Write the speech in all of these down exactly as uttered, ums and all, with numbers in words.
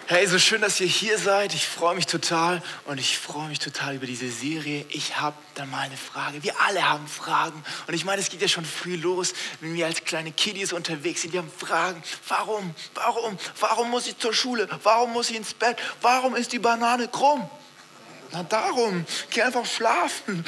Hey, so schön, dass ihr hier seid. Ich freue mich total und ich freue mich total über diese Serie. Ich habe da mal eine Frage. Wir alle haben Fragen und ich meine, es geht ja schon früh los, wenn wir als kleine Kiddies unterwegs sind. Wir haben Fragen. Warum? Warum? Warum muss ich zur Schule? Warum muss ich ins Bett? Warum ist die Banane krumm? Na darum, geh einfach schlafen.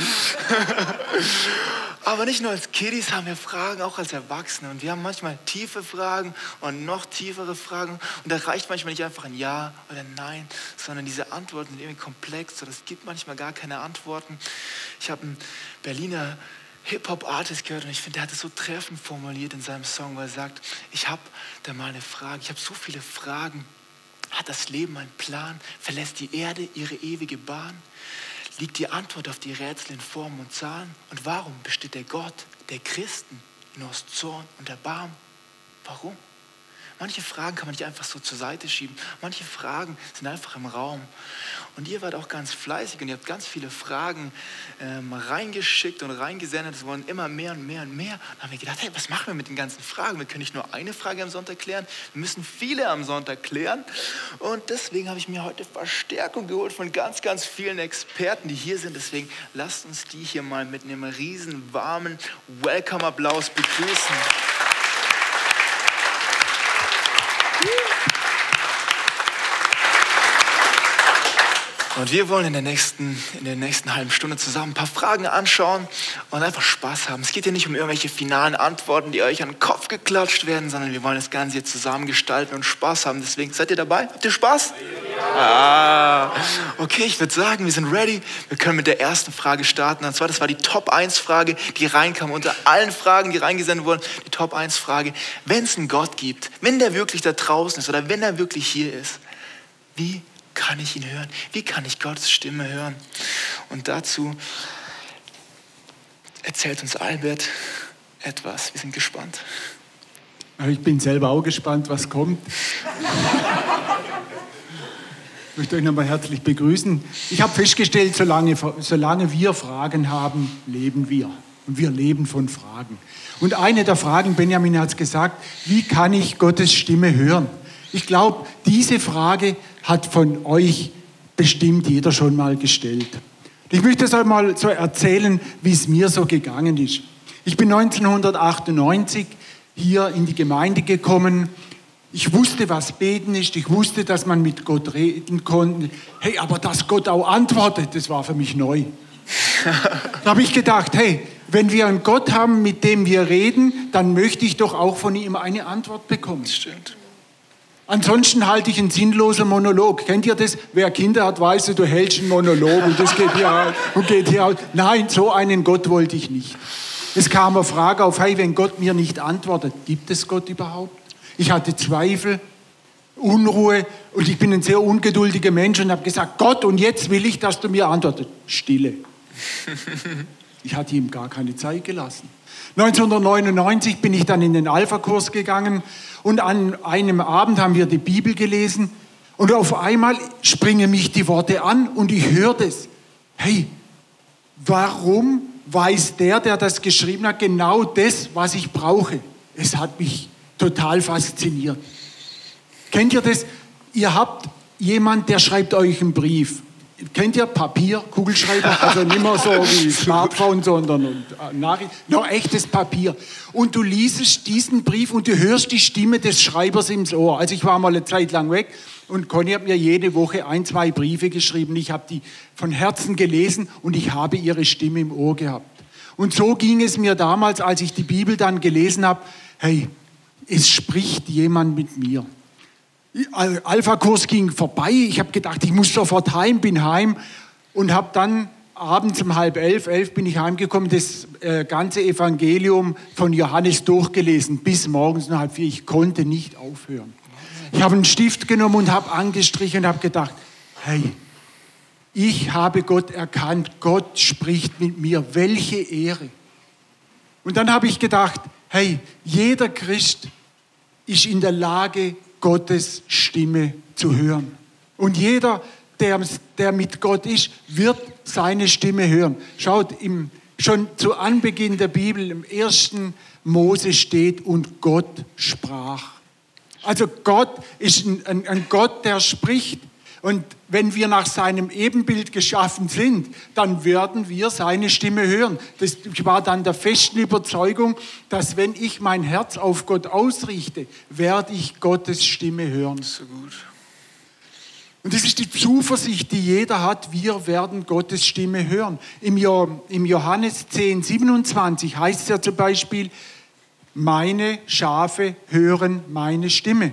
Aber nicht nur als Kiddies haben wir Fragen, auch als Erwachsene. Und wir haben manchmal tiefe Fragen und noch tiefere Fragen. Und da reicht manchmal nicht einfach ein Ja oder ein Nein, sondern diese Antworten sind irgendwie komplex. Oder es gibt manchmal gar keine Antworten. Ich habe einen Berliner Hip-Hop-Artist gehört und ich finde, der hat es so treffend formuliert in seinem Song, weil er sagt, ich habe da mal eine Frage, ich habe so viele Fragen. Hat das Leben einen Plan? Verlässt die Erde ihre ewige Bahn? Liegt die Antwort auf die Rätsel in Form und Zahlen? Und warum besteht der Gott der Christen nur aus Zorn und Erbarmen? Warum? Manche Fragen kann man nicht einfach so zur Seite schieben. Manche Fragen sind einfach im Raum. Und ihr wart auch ganz fleißig und ihr habt ganz viele Fragen ähm, reingeschickt und reingesendet. Es wurden immer mehr und mehr und mehr. Und haben wir gedacht, hey, was machen wir mit den ganzen Fragen? Wir können nicht nur eine Frage am Sonntag klären, wir müssen viele am Sonntag klären. Und deswegen habe ich mir heute Verstärkung geholt von ganz, ganz vielen Experten, die hier sind. Deswegen lasst uns die hier mal mit einem riesen warmen Welcome-Applaus begrüßen. Und wir wollen in der nächsten, in der nächsten halben Stunde zusammen ein paar Fragen anschauen und einfach Spaß haben. Es geht hier nicht um irgendwelche finalen Antworten, die euch an den Kopf geklatscht werden, sondern wir wollen das Ganze hier zusammen gestalten und Spaß haben. Deswegen, seid ihr dabei? Habt ihr Spaß? Ja. Ah, okay, ich würde sagen, wir sind ready. Wir können mit der ersten Frage starten. Und zwar, das war die Top eins Frage, die reinkam unter allen Fragen, die reingesendet wurden. Die Top eins Frage, wenn es einen Gott gibt, wenn der wirklich da draußen ist oder wenn er wirklich hier ist, wie kann ich ihn hören? Wie kann ich Gottes Stimme hören? Und dazu erzählt uns Albert etwas. Wir sind gespannt. Ich bin selber auch gespannt, was kommt. Ich möchte euch nochmal herzlich begrüßen. Ich habe festgestellt, solange, solange wir Fragen haben, leben wir. Und wir leben von Fragen. Und eine der Fragen, Benjamin hat es gesagt, wie kann ich Gottes Stimme hören? Ich glaube, diese Frage hat von euch bestimmt jeder schon mal gestellt. Ich möchte es euch mal so erzählen, wie es mir so gegangen ist. Ich bin neunzehnhundertachtundneunzig hier in die Gemeinde gekommen. Ich wusste, was Beten ist. Ich wusste, dass man mit Gott reden konnte. Hey, aber dass Gott auch antwortet, das war für mich neu. Da habe ich gedacht, hey, wenn wir einen Gott haben, mit dem wir reden, dann möchte ich doch auch von ihm eine Antwort bekommen. Das stimmt. Ansonsten halte ich einen sinnlosen Monolog. Kennt ihr das? Wer Kinder hat, weiß, du hältst einen Monolog und das geht hier aus und geht hier aus. Nein, so einen Gott wollte ich nicht. Es kam eine Frage auf, hey, wenn Gott mir nicht antwortet, gibt es Gott überhaupt? Ich hatte Zweifel, Unruhe und ich bin ein sehr ungeduldiger Mensch und habe gesagt, Gott, und jetzt will ich, dass du mir antwortest. Stille. Ich hatte ihm gar keine Zeit gelassen. neunzehnhundertneunundneunzig bin ich dann in den Alpha-Kurs gegangen und an einem Abend haben wir die Bibel gelesen und auf einmal springen mich die Worte an und ich höre das. Hey, warum weiß der, der das geschrieben hat, genau das, was ich brauche? Es hat mich total fasziniert. Kennt ihr das? Ihr habt jemanden, der schreibt euch einen Brief. Kennt ihr Papier, Kugelschreiber? Also nicht mehr so wie Smartphone, sondern und, äh, Nachricht, noch echtes Papier. Und du liest diesen Brief und du hörst die Stimme des Schreibers ins Ohr. Also ich war mal eine Zeit lang weg und Conny hat mir jede Woche ein, zwei Briefe geschrieben. Ich habe die von Herzen gelesen und ich habe ihre Stimme im Ohr gehabt. Und so ging es mir damals, als ich die Bibel dann gelesen habe. Hey, es spricht jemand mit mir. Alpha-Kurs ging vorbei. Ich habe gedacht, ich muss sofort heim, bin heim und habe dann abends um halb elf, elf bin ich heimgekommen, das äh, ganze Evangelium von Johannes durchgelesen, bis morgens um halb vier. Ich konnte nicht aufhören. Ich habe einen Stift genommen und habe angestrichen und habe gedacht, hey, ich habe Gott erkannt, Gott spricht mit mir, welche Ehre. Und dann habe ich gedacht, hey, jeder Christ ist in der Lage, Gottes Stimme zu hören. Und jeder, der, der mit Gott ist, wird seine Stimme hören. Schaut, im, schon zu Anbeginn der Bibel, im ersten Mose steht, und Gott sprach. Also Gott ist ein, ein, ein Gott, der spricht. Und wenn wir nach seinem Ebenbild geschaffen sind, dann werden wir seine Stimme hören. Das, ich war dann der festen Überzeugung, dass wenn ich mein Herz auf Gott ausrichte, werde ich Gottes Stimme hören. So gut. Und das ist die Zuversicht, die jeder hat. Wir werden Gottes Stimme hören. Im, jo- im Johannes zehn, siebenundzwanzig heißt es ja zum Beispiel, meine Schafe hören meine Stimme.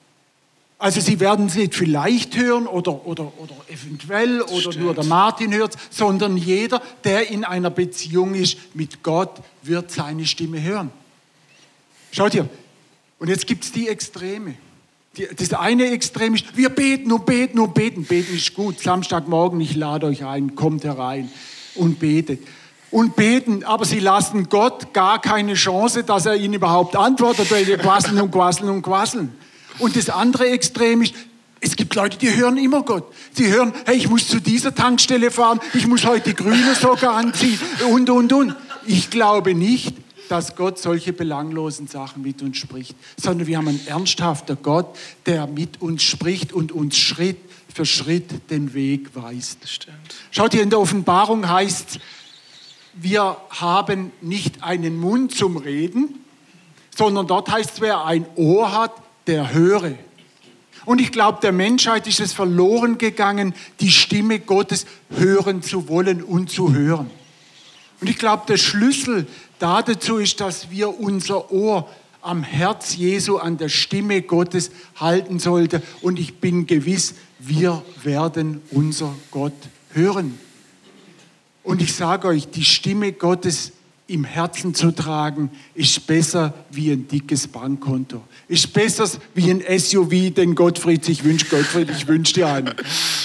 Also sie werden es nicht vielleicht hören oder, oder, oder eventuell oder Stimmt. nur der Martin hört, sondern jeder, der in einer Beziehung ist mit Gott, wird seine Stimme hören. Schaut ihr, und jetzt gibt es die Extreme. Die, das eine Extrem ist, wir beten und beten und beten. Beten ist gut. Samstagmorgen, ich lade euch ein, kommt herein und betet. Und beten, aber sie lassen Gott gar keine Chance, dass er ihnen überhaupt antwortet, weil die quasseln und quasseln und quasseln. Und das andere Extrem ist, es gibt Leute, die hören immer Gott. Sie hören, hey, ich muss zu dieser Tankstelle fahren, ich muss heute die grüne Socke anziehen und, und, und. Ich glaube nicht, dass Gott solche belanglosen Sachen mit uns spricht, sondern wir haben einen ernsthaften Gott, der mit uns spricht und uns Schritt für Schritt den Weg weist. Das stimmt. Schaut ihr, in der Offenbarung heißt, wir haben nicht einen Mund zum Reden, sondern dort heißt es, wer ein Ohr hat, der höre. Und ich glaube, der Menschheit ist es verloren gegangen, die Stimme Gottes hören zu wollen und zu hören. Und ich glaube, der Schlüssel dazu ist, dass wir unser Ohr am Herz Jesu, an der Stimme Gottes halten sollten. Und ich bin gewiss, wir werden unser Gott hören. Und ich sage euch, die Stimme Gottes im Herzen zu tragen, ist besser wie ein dickes Bankkonto. Ist besser wie ein S U V, den Gottfried sich wünscht. Gottfried, ich wünsche dir einen.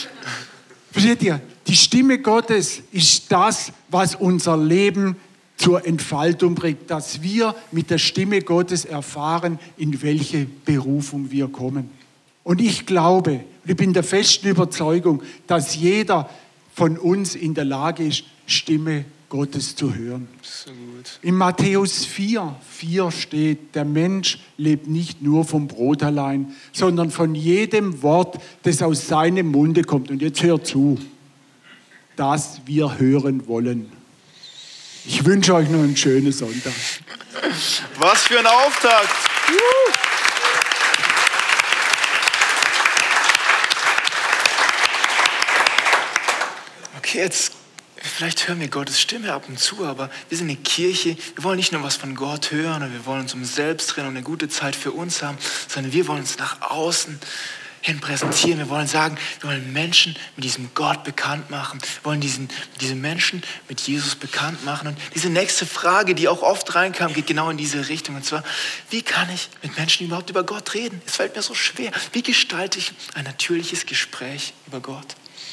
Versteht ihr? Die Stimme Gottes ist das, was unser Leben zur Entfaltung bringt, dass wir mit der Stimme Gottes erfahren, in welche Berufung wir kommen. Und ich glaube, ich bin der festen Überzeugung, dass jeder von uns in der Lage ist, Stimme Gottes zu hören. So gut. In Matthäus vier, vier steht, der Mensch lebt nicht nur vom Brot allein, sondern von jedem Wort, das aus seinem Munde kommt. Und jetzt hört zu, das wir hören wollen. Ich wünsche euch noch einen schönen Sonntag. Was für ein Auftakt! Okay, jetzt, vielleicht hören wir Gottes Stimme ab und zu, aber wir sind eine Kirche, wir wollen nicht nur was von Gott hören und wir wollen uns um selbst drehen und eine gute Zeit für uns haben, sondern wir wollen uns nach außen hin präsentieren. Wir wollen sagen, wir wollen Menschen mit diesem Gott bekannt machen. Wir wollen diesen, diese Menschen mit Jesus bekannt machen. Und diese nächste Frage, die auch oft reinkam, geht genau in diese Richtung. Und zwar, wie kann ich mit Menschen überhaupt über Gott reden? Es fällt mir so schwer. Wie gestalte ich ein natürliches Gespräch über Gott?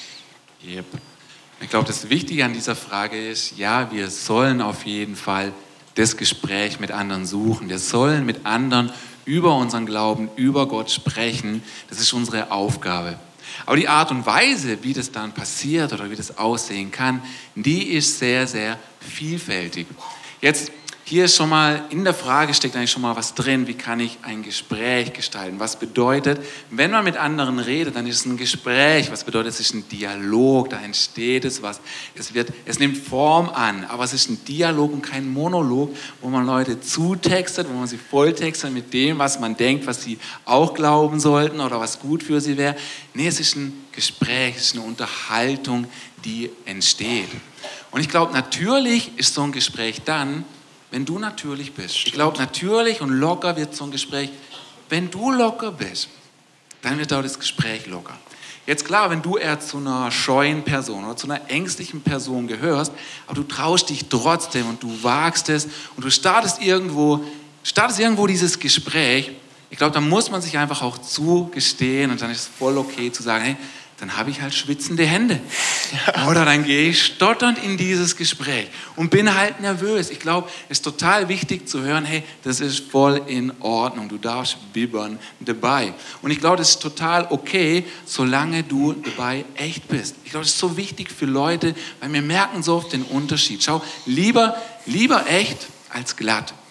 Yep. Ich glaube, das Wichtige an dieser Frage ist, ja, wir sollen auf jeden Fall das Gespräch mit anderen suchen. Wir sollen mit anderen über unseren Glauben, über Gott sprechen. Das ist unsere Aufgabe. Aber die Art und Weise, wie das dann passiert oder wie das aussehen kann, die ist sehr, sehr vielfältig. Jetzt, hier ist schon mal, in der Frage steckt eigentlich schon mal was drin, wie kann ich ein Gespräch gestalten? Was bedeutet, wenn man mit anderen redet, dann ist es ein Gespräch. Was bedeutet, es ist ein Dialog, da entsteht es was. Es, wird, es nimmt Form an, aber es ist ein Dialog und kein Monolog, wo man Leute zutextet, wo man sie volltextet mit dem, was man denkt, was sie auch glauben sollten oder was gut für sie wäre. Nee, es ist ein Gespräch, es ist eine Unterhaltung, die entsteht. Und ich glaube, natürlich ist so ein Gespräch dann, wenn du natürlich bist. Ich glaube, natürlich und locker wird so ein Gespräch, wenn du locker bist, dann wird auch das Gespräch locker. Jetzt klar, wenn du eher zu einer scheuen Person oder zu einer ängstlichen Person gehörst, aber du traust dich trotzdem und du wagst es und du startest irgendwo, startest irgendwo dieses Gespräch, ich glaube, da muss man sich einfach auch zugestehen und dann ist es voll okay zu sagen, hey, dann habe ich halt schwitzende Hände. Ja. Oder dann gehe ich stotternd in dieses Gespräch und bin halt nervös. Ich glaube, es ist total wichtig zu hören, hey, das ist voll in Ordnung. Du darfst bibbern dabei. Und ich glaube, das ist total okay, solange du dabei echt bist. Ich glaube, das ist so wichtig für Leute, weil wir merken so oft den Unterschied. Schau, lieber, lieber echt als glatt.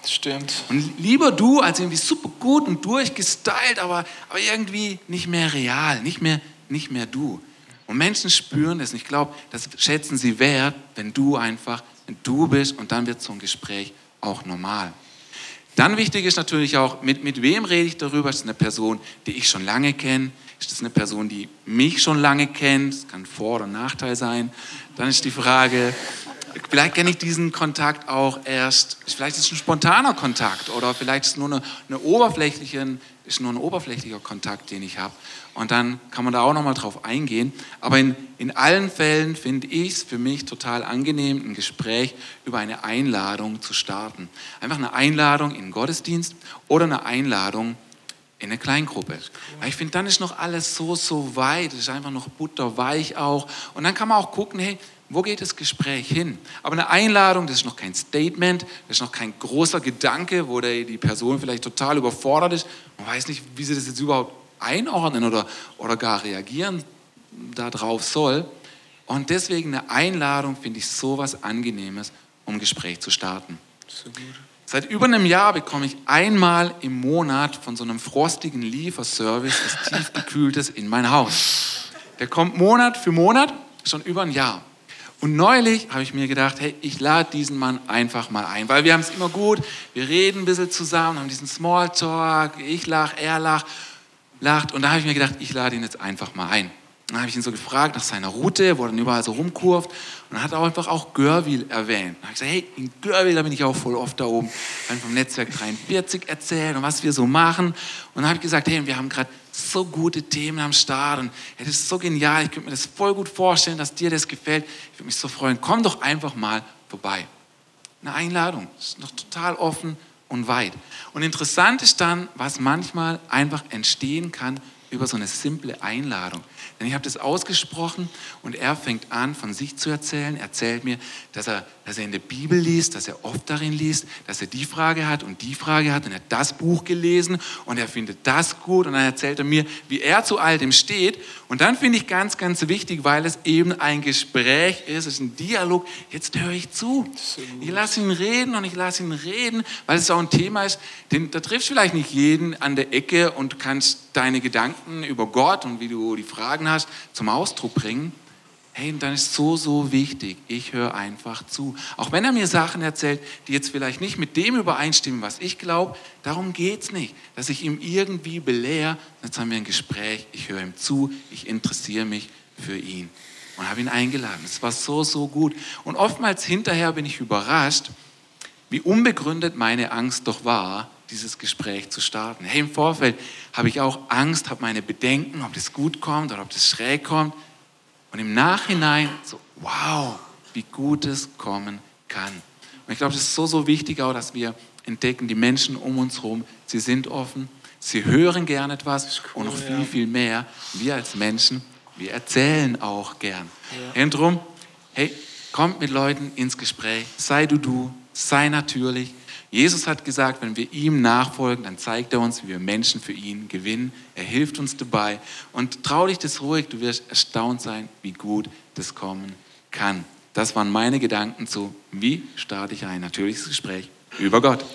Stimmt. Und lieber du als irgendwie super gut und durchgestylt, aber, aber irgendwie nicht mehr real, nicht mehr, nicht mehr du. Und Menschen spüren das und ich glaube, das schätzen sie wert, wenn du einfach, wenn du bist und dann wird so ein Gespräch auch normal. Dann wichtig ist natürlich auch, mit, mit wem rede ich darüber? Ist es eine Person, die ich schon lange kenne? Ist es eine Person, die mich schon lange kennt? Das kann Vor- oder Nachteil sein. Dann ist die Frage, vielleicht kenne ich diesen Kontakt auch erst, vielleicht ist es ein spontaner Kontakt oder vielleicht ist es nur, eine, eine oberflächliche, ist nur ein oberflächlicher Kontakt, den ich habe. Und dann kann man da auch nochmal drauf eingehen. Aber in, in allen Fällen finde ich es für mich total angenehm, ein Gespräch über eine Einladung zu starten. Einfach eine Einladung in den Gottesdienst oder eine Einladung in eine Kleingruppe. Weil ich finde, dann ist noch alles so, so weit. Es ist einfach noch butterweich auch. Und dann kann man auch gucken, hey, wo geht das Gespräch hin? Aber eine Einladung, das ist noch kein Statement, das ist noch kein großer Gedanke, wo die Person vielleicht total überfordert ist. Man weiß nicht, wie sie das jetzt überhaupt einordnen oder, oder gar reagieren darauf soll. Und deswegen eine Einladung finde ich so was Angenehmes, um ein Gespräch zu starten. So gut. Seit über einem Jahr bekomme ich einmal im Monat von so einem frostigen Lieferservice was Tiefgekühltes in mein Haus. Der kommt Monat für Monat, schon über ein Jahr. Und neulich habe ich mir gedacht, hey, ich lade diesen Mann einfach mal ein, weil wir haben es immer gut, wir reden ein bisschen zusammen, haben diesen Smalltalk, ich lache, er lacht, lacht und da habe ich mir gedacht, ich lade ihn jetzt einfach mal ein. Dann habe ich ihn so gefragt nach seiner Route, wo er dann überall so rumkurvt und dann hat er auch einfach auch Görwil erwähnt. Dann habe ich gesagt, hey, in Görwil, da bin ich auch voll oft da oben. Dann vom Netzwerk dreiundvierzig erzählt und was wir so machen. Und dann habe ich gesagt, hey, wir haben gerade so gute Themen am Start und hey, das ist so genial, ich könnte mir das voll gut vorstellen, dass dir das gefällt. Ich würde mich so freuen, komm doch einfach mal vorbei. Eine Einladung, das ist noch total offen und weit. Und interessant ist dann, was manchmal einfach entstehen kann über so eine simple Einladung. Denn ich habe das ausgesprochen und er fängt an, von sich zu erzählen. Er erzählt mir, dass er, dass er in der Bibel liest, dass er oft darin liest, dass er die Frage hat und die Frage hat und er hat das Buch gelesen und er findet das gut und dann erzählt er mir, wie er zu all dem steht. Und dann finde ich ganz, ganz wichtig, weil es eben ein Gespräch ist, es ist ein Dialog. Jetzt höre ich zu. Ich lasse ihn reden und ich lasse ihn reden, weil es auch ein Thema ist, den, da triffst du vielleicht nicht jeden an der Ecke und kannst deine Gedanken über Gott und wie du die Fragen hast, zum Ausdruck bringen. Hey, und dann ist so, so wichtig, ich höre einfach zu. Auch wenn er mir Sachen erzählt, die jetzt vielleicht nicht mit dem übereinstimmen, was ich glaube, darum geht es nicht, dass ich ihm irgendwie belehre. Jetzt haben wir ein Gespräch, ich höre ihm zu, ich interessiere mich für ihn. Und habe ihn eingeladen. Es war so, so gut. Und oftmals hinterher bin ich überrascht, wie unbegründet meine Angst doch war, dieses Gespräch zu starten. Hey, im Vorfeld habe ich auch Angst, habe meine Bedenken, ob das gut kommt oder ob das schräg kommt. Und im Nachhinein so, wow, wie gut es kommen kann. Und ich glaube, das ist so, so wichtig auch, dass wir entdecken, die Menschen um uns herum, sie sind offen, sie hören gern etwas cool, und noch viel, ja. viel mehr. Wir als Menschen, wir erzählen auch gern. Ja. Und drum, hey, kommt mit Leuten ins Gespräch, sei du du, sei natürlich. Jesus hat gesagt, wenn wir ihm nachfolgen, dann zeigt er uns, wie wir Menschen für ihn gewinnen. Er hilft uns dabei. Und trau dich das ruhig, du wirst erstaunt sein, wie gut das kommen kann. Das waren meine Gedanken zu, wie starte ich ein natürliches Gespräch über Gott.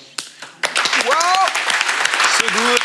Wow, so gut.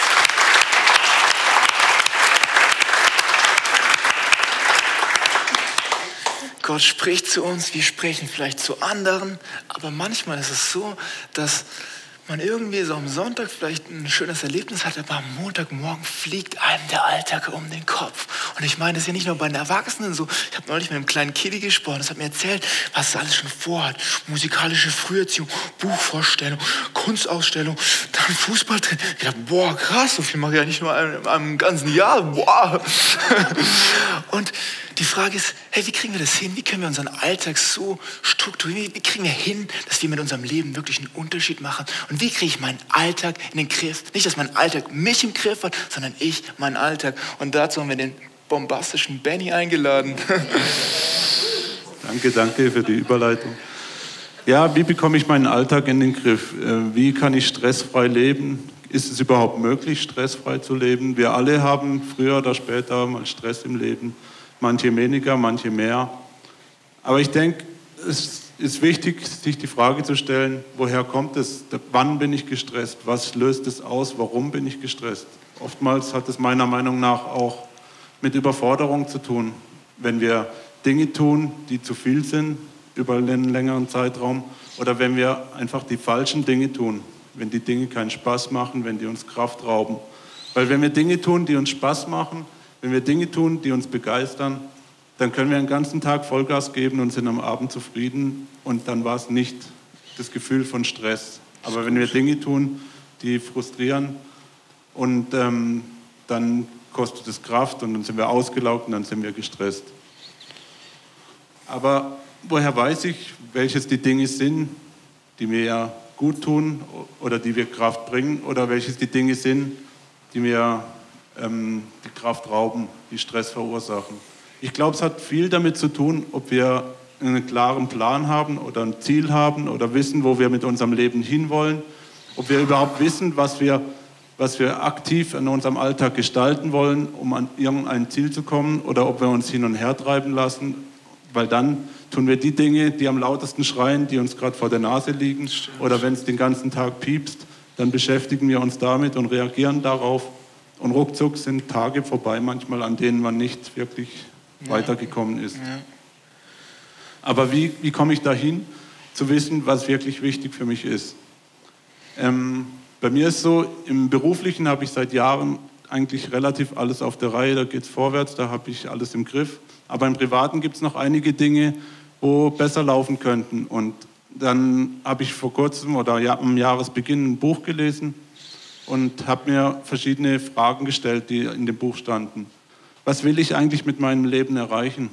Gott spricht zu uns, wir sprechen vielleicht zu anderen, aber manchmal ist es so, dass man irgendwie so am Sonntag vielleicht ein schönes Erlebnis hat, aber am Montagmorgen fliegt einem der Alltag um den Kopf. Und ich meine, das ist ja nicht nur bei den Erwachsenen so. Ich habe neulich mit einem kleinen Kiddy gesprochen, das hat mir erzählt, was es alles schon vorhat. Musikalische Früherziehung, Buchvorstellung, Kunstausstellung, dann Fußballtraining. Ich dachte, boah, krass, so viel mache ich ja nicht nur im, im ganzen Jahr. Boah. Und die Frage ist, hey, wie kriegen wir das hin? Wie können wir unseren Alltag so strukturieren? Wie kriegen wir hin, dass wir mit unserem Leben wirklich einen Unterschied machen? Und wie kriege ich meinen Alltag in den Griff? Nicht, dass mein Alltag mich im Griff hat, sondern ich meinen Alltag. Und dazu haben wir den bombastischen Benny eingeladen. Danke, danke für die Überleitung. Ja, wie bekomme ich meinen Alltag in den Griff? Wie kann ich stressfrei leben? Ist es überhaupt möglich, stressfrei zu leben? Wir alle haben früher oder später mal Stress im Leben. Manche weniger, manche mehr. Aber ich denke, es ist wichtig, sich die Frage zu stellen, woher kommt es, wann bin ich gestresst, was löst es aus, warum bin ich gestresst. Oftmals hat es meiner Meinung nach auch mit Überforderung zu tun, wenn wir Dinge tun, die zu viel sind über einen längeren Zeitraum oder wenn wir einfach die falschen Dinge tun, wenn die Dinge keinen Spaß machen, wenn die uns Kraft rauben. Weil wenn wir Dinge tun, die uns Spaß machen, wenn wir Dinge tun, die uns begeistern, dann können wir den ganzen Tag Vollgas geben und sind am Abend zufrieden und dann war es nicht das Gefühl von Stress. Aber wenn wir Dinge tun, die frustrieren und ähm, dann kostet es Kraft und dann sind wir ausgelaugt und dann sind wir gestresst. Aber woher weiß ich, welches die Dinge sind, die mir gut tun oder die mir Kraft bringen oder welches die Dinge sind, die mir ähm, die Kraft rauben, die Stress verursachen? Ich glaube, es hat viel damit zu tun, ob wir einen klaren Plan haben oder ein Ziel haben oder wissen, wo wir mit unserem Leben hinwollen, ob wir überhaupt wissen, was wir, was wir aktiv in unserem Alltag gestalten wollen, um an irgendein Ziel zu kommen oder ob wir uns hin und her treiben lassen, weil dann tun wir die Dinge, die am lautesten schreien, die uns gerade vor der Nase liegen oder wenn es den ganzen Tag piepst, dann beschäftigen wir uns damit und reagieren darauf und ruckzuck sind Tage vorbei manchmal, an denen man nicht wirklich ja. weitergekommen ist. Ja. Aber wie, wie komme ich dahin, zu wissen, was wirklich wichtig für mich ist? Ähm, bei mir ist so, im Beruflichen habe ich seit Jahren eigentlich relativ alles auf der Reihe, da geht es vorwärts, da habe ich alles im Griff. Aber im Privaten gibt es noch einige Dinge, wo besser laufen könnten. Und dann habe ich vor kurzem oder ja, am Jahresbeginn ein Buch gelesen und habe mir verschiedene Fragen gestellt, die in dem Buch standen. Was will ich eigentlich mit meinem Leben erreichen?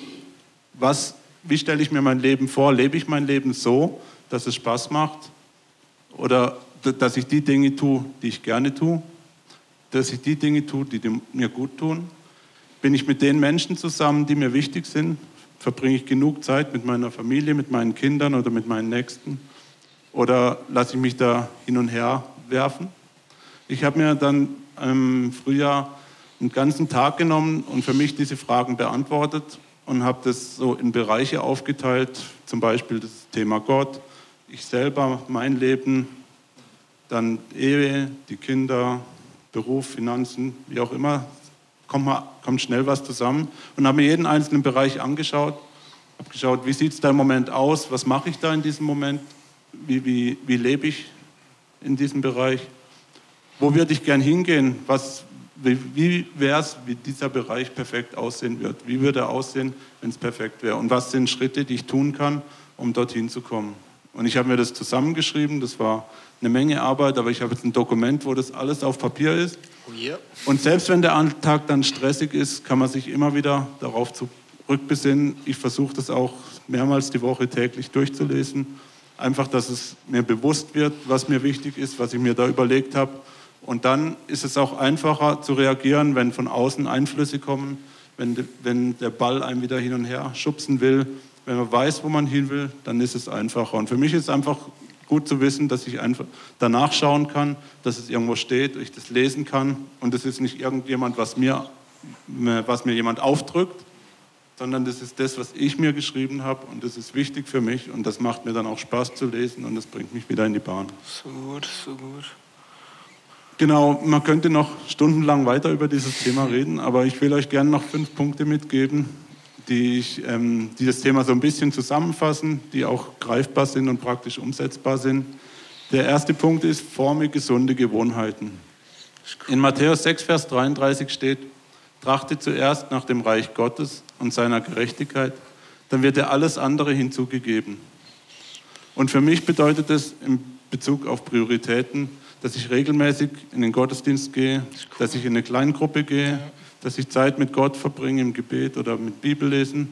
Was, wie stelle ich mir mein Leben vor? Lebe ich mein Leben so, dass es Spaß macht? Oder dass ich die Dinge tue, die ich gerne tue? Dass ich die Dinge tue, die mir gut tun? Bin ich mit den Menschen zusammen, die mir wichtig sind? Verbringe ich genug Zeit mit meiner Familie, mit meinen Kindern oder mit meinen Nächsten? Oder lasse ich mich da hin und her werfen? Ich habe mir dann im Frühjahr einen ganzen Tag genommen und für mich diese Fragen beantwortet und habe das so in Bereiche aufgeteilt, zum Beispiel das Thema Gott, ich selber, mein Leben, dann Ehe, die Kinder, Beruf, Finanzen, wie auch immer, kommt, mal, kommt schnell was zusammen und habe mir jeden einzelnen Bereich angeschaut, habe geschaut, wie sieht es da im Moment aus, was mache ich da in diesem Moment, wie, wie, wie lebe ich in diesem Bereich, wo würde ich gern hingehen, was, wie, wie wäre es, wie dieser Bereich perfekt aussehen wird, wie würde er aussehen, wenn es perfekt wäre und was sind Schritte, die ich tun kann, um dorthin zu kommen. Und ich habe mir das zusammengeschrieben, das war eine Menge Arbeit, aber ich habe jetzt ein Dokument, wo das alles auf Papier ist. Oh yeah. Und selbst wenn der Alltag dann stressig ist, kann man sich immer wieder darauf zurückbesinnen. Ich versuche das auch mehrmals die Woche täglich durchzulesen. Einfach, dass es mir bewusst wird, was mir wichtig ist, was ich mir da überlegt habe. Und dann ist es auch einfacher zu reagieren, wenn von außen Einflüsse kommen, wenn, de, wenn der Ball einem wieder hin und her schubsen will. Wenn man weiß, wo man hin will, dann ist es einfacher. Und für mich ist es einfach gut zu wissen, dass ich einfach danach schauen kann, dass es irgendwo steht, ich das lesen kann. Und das ist nicht irgendjemand, was mir, was mir jemand aufdrückt, sondern das ist das, was ich mir geschrieben habe. Und das ist wichtig für mich. Und das macht mir dann auch Spaß zu lesen und das bringt mich wieder in die Bahn. So gut, so gut. Genau, man könnte noch stundenlang weiter über dieses Thema reden, aber ich will euch gerne noch fünf Punkte mitgeben, die, ich, ähm, die das Thema so ein bisschen zusammenfassen, die auch greifbar sind und praktisch umsetzbar sind. Der erste Punkt ist, forme gesunde Gewohnheiten. In Matthäus sechs, Vers dreiunddreißig steht, trachte zuerst nach dem Reich Gottes und seiner Gerechtigkeit, dann wird dir alles andere hinzugegeben. Und für mich bedeutet das in Bezug auf Prioritäten, dass ich regelmäßig in den Gottesdienst gehe, dass ich in eine Kleingruppe gehe, ja. dass ich Zeit mit Gott verbringe im Gebet oder mit Bibellesen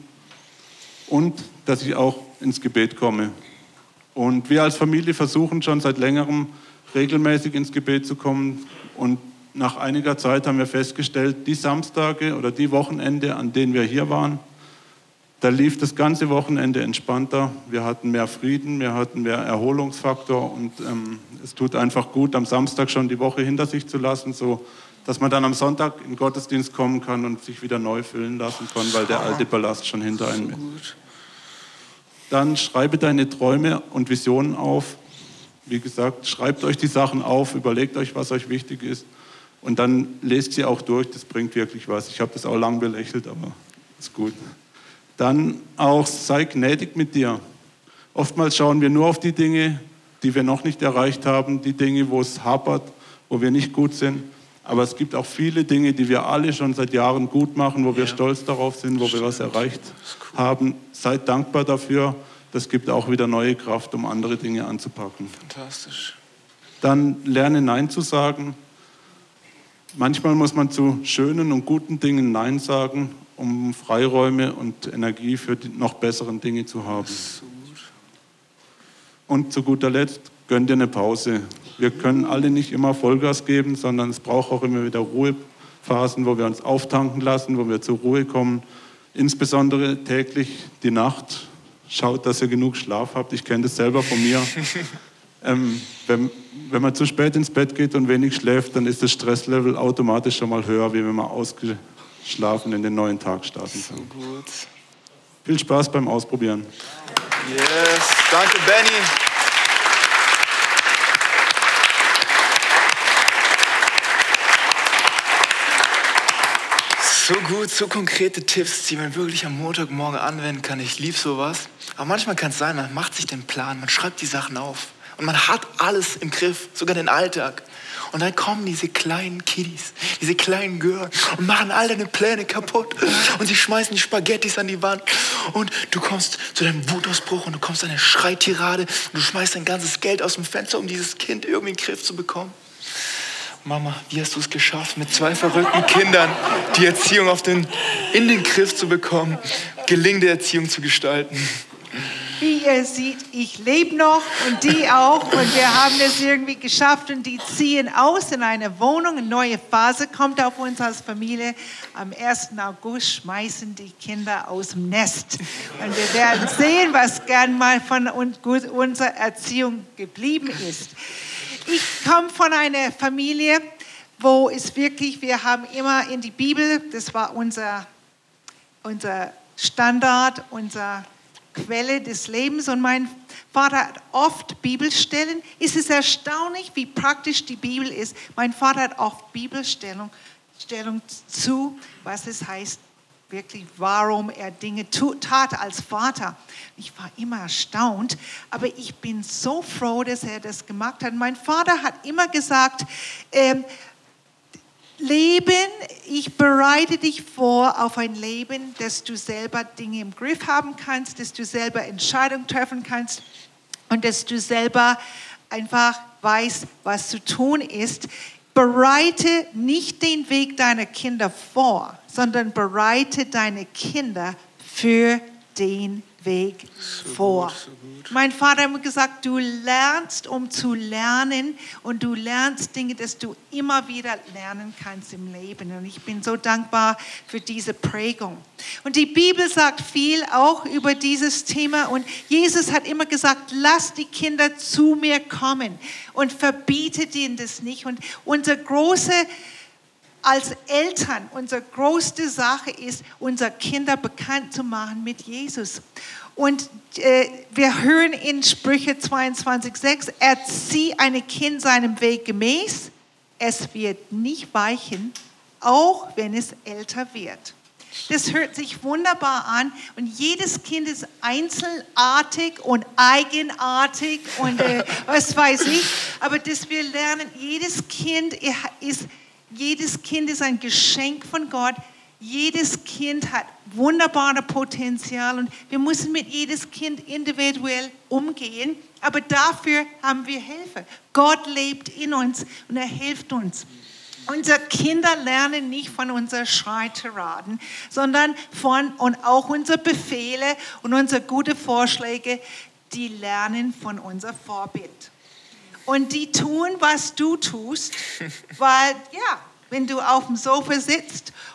und dass ich auch ins Gebet komme. Und wir als Familie versuchen schon seit längerem regelmäßig ins Gebet zu kommen und nach einiger Zeit haben wir festgestellt, die Samstage oder die Wochenende, an denen wir hier waren, da lief das ganze Wochenende entspannter. Wir hatten mehr Frieden, wir hatten mehr Erholungsfaktor und ähm, es tut einfach gut, am Samstag schon die Woche hinter sich zu lassen, so dass man dann am Sonntag in den Gottesdienst kommen kann und sich wieder neu füllen lassen kann, weil der alte Ballast schon hinter einem ist. Dann schreibe deine Träume und Visionen auf. Wie gesagt, schreibt euch die Sachen auf, überlegt euch, was euch wichtig ist. Und dann lest sie auch durch, das bringt wirklich was. Ich habe das auch lang belächelt, aber ist gut. Dann auch sei gnädig mit dir. Oftmals schauen wir nur auf die Dinge, die wir noch nicht erreicht haben, die Dinge, wo es hapert, wo wir nicht gut sind. Aber es gibt auch viele Dinge, die wir alle schon seit Jahren gut machen, wo wir ja. stolz darauf sind, wo wir was erreicht cool. haben. Seid dankbar dafür. Das gibt auch wieder neue Kraft, um andere Dinge anzupacken. Fantastisch. Dann lerne Nein zu sagen. Manchmal muss man zu schönen und guten Dingen Nein sagen, um Freiräume und Energie für die noch besseren Dinge zu haben. Und zu guter Letzt, gönn dir eine Pause. Wir können alle nicht immer Vollgas geben, sondern es braucht auch immer wieder Ruhephasen, wo wir uns auftanken lassen, wo wir zur Ruhe kommen. Insbesondere täglich die Nacht. Schaut, dass ihr genug Schlaf habt. Ich kenne das selber von mir. ähm, wenn, wenn man zu spät ins Bett geht und wenig schläft, dann ist das Stresslevel automatisch schon mal höher, wie wenn man ausgeschlafen in den neuen Tag starten kann. So gut. Viel Spaß beim Ausprobieren. Yes, danke Benny. So gut, so konkrete Tipps, die man wirklich am Montagmorgen anwenden kann. Ich liebe sowas. Aber manchmal kann es sein, man macht sich den Plan, man schreibt die Sachen auf. Und man hat alles im Griff, sogar den Alltag. Und dann kommen diese kleinen Kiddies, diese kleinen Girls und machen all deine Pläne kaputt. Und sie schmeißen die Spaghettis an die Wand. Und du kommst zu deinem Wutausbruch und du kommst zu einer Schreitirade. Und du schmeißt dein ganzes Geld aus dem Fenster, um dieses Kind irgendwie in den Griff zu bekommen. Mama, wie hast du es geschafft, mit zwei verrückten Kindern die Erziehung auf den, in den Griff zu bekommen, gelingende Erziehung zu gestalten? Wie ihr seht, ich lebe noch und die auch und wir haben es irgendwie geschafft und die ziehen aus in eine Wohnung, eine neue Phase kommt auf uns als Familie. Am ersten August schmeißen die Kinder aus dem Nest und wir werden sehen, was gern mal von unserer Erziehung geblieben ist. Ich komme von einer Familie, wo es wirklich, wir haben immer in die Bibel, das war unser, unser Standard, unsere Quelle des Lebens und mein Vater hat oft Bibelstellen. Es ist erstaunlich, wie praktisch die Bibel ist. Mein Vater hat oft Bibelstellung Stellung zu, was es heißt, wirklich, warum er Dinge tat als Vater. Ich war immer erstaunt, aber ich bin so froh, dass er das gemacht hat. Mein Vater hat immer gesagt, ähm, Leben, ich bereite dich vor auf ein Leben, dass du selber Dinge im Griff haben kannst, dass du selber Entscheidungen treffen kannst und dass du selber einfach weißt, was zu tun ist. Bereite nicht den Weg deiner Kinder vor, sondern bereite deine Kinder für den Weg so vor. Gut, so gut. Mein Vater hat mir gesagt, du lernst, um zu lernen und du lernst Dinge, dass du immer wieder lernen kannst im Leben. Und ich bin so dankbar für diese Prägung. Und die Bibel sagt viel auch über dieses Thema und Jesus hat immer gesagt, lass die Kinder zu mir kommen und verbietet ihnen das nicht. Und unser große Als Eltern, unsere größte Sache ist, unsere Kinder bekannt zu machen mit Jesus. Und äh, wir hören in Sprüche zweiundzwanzig sechs, erzieh ein Kind seinem Weg gemäß, es wird nicht weichen, auch wenn es älter wird. Das hört sich wunderbar an und jedes Kind ist einzelartig und eigenartig und äh, was weiß ich, aber dass wir lernen, jedes Kind ist Jedes Kind ist ein Geschenk von Gott. Jedes Kind hat wunderbare Potenzial und wir müssen mit jedes Kind individuell umgehen. Aber dafür haben wir Hilfe. Gott lebt in uns und er hilft uns. Unsere Kinder lernen nicht von unseren Schreitiraden, sondern von und auch unsere Befehle und unsere guten Vorschläge, die lernen von unserem Vorbild. Und die tun, was du tust, weil, ja, wenn du auf dem Sofa sitzt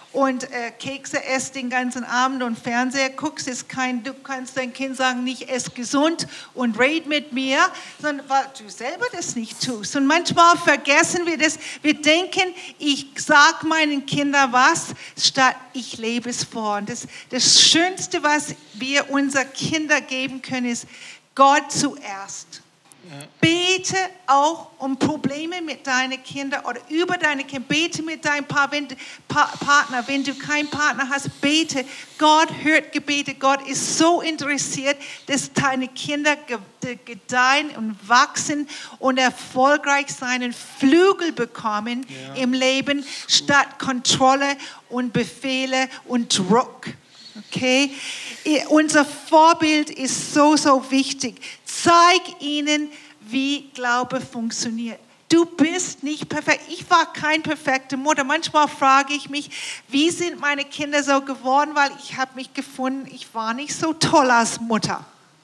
und äh, Kekse esst den ganzen Abend und Fernseher guckst, ist kein, du kannst dein Kind sagen, nicht ess gesund und red mit mir, sondern weil du selber das nicht tust. Und manchmal vergessen wir das. Wir denken, ich sag meinen Kindern was, statt ich lebe es vor. Und das, das Schönste, was wir unseren Kindern geben können, ist Gott zuerst. Ja. Bete auch um Probleme mit deinen Kindern oder über deine Kinder. Bete mit deinem pa- wenn, pa- Partner. Wenn du keinen Partner hast, bete. Gott hört Gebete. Gott ist so interessiert, dass deine Kinder ge- gedeihen und wachsen und erfolgreich sein und Flügel bekommen ja. im Leben, statt Kontrolle und Befehle und Druck. Okay? Unser Vorbild ist so, so wichtig. Zeig ihnen, wie Glaube funktioniert. Du bist nicht perfekt. Ich war keine perfekte Mutter. Manchmal frage ich mich, wie sind meine Kinder so geworden, weil ich habe mich gefunden, ich war nicht so toll als Mutter.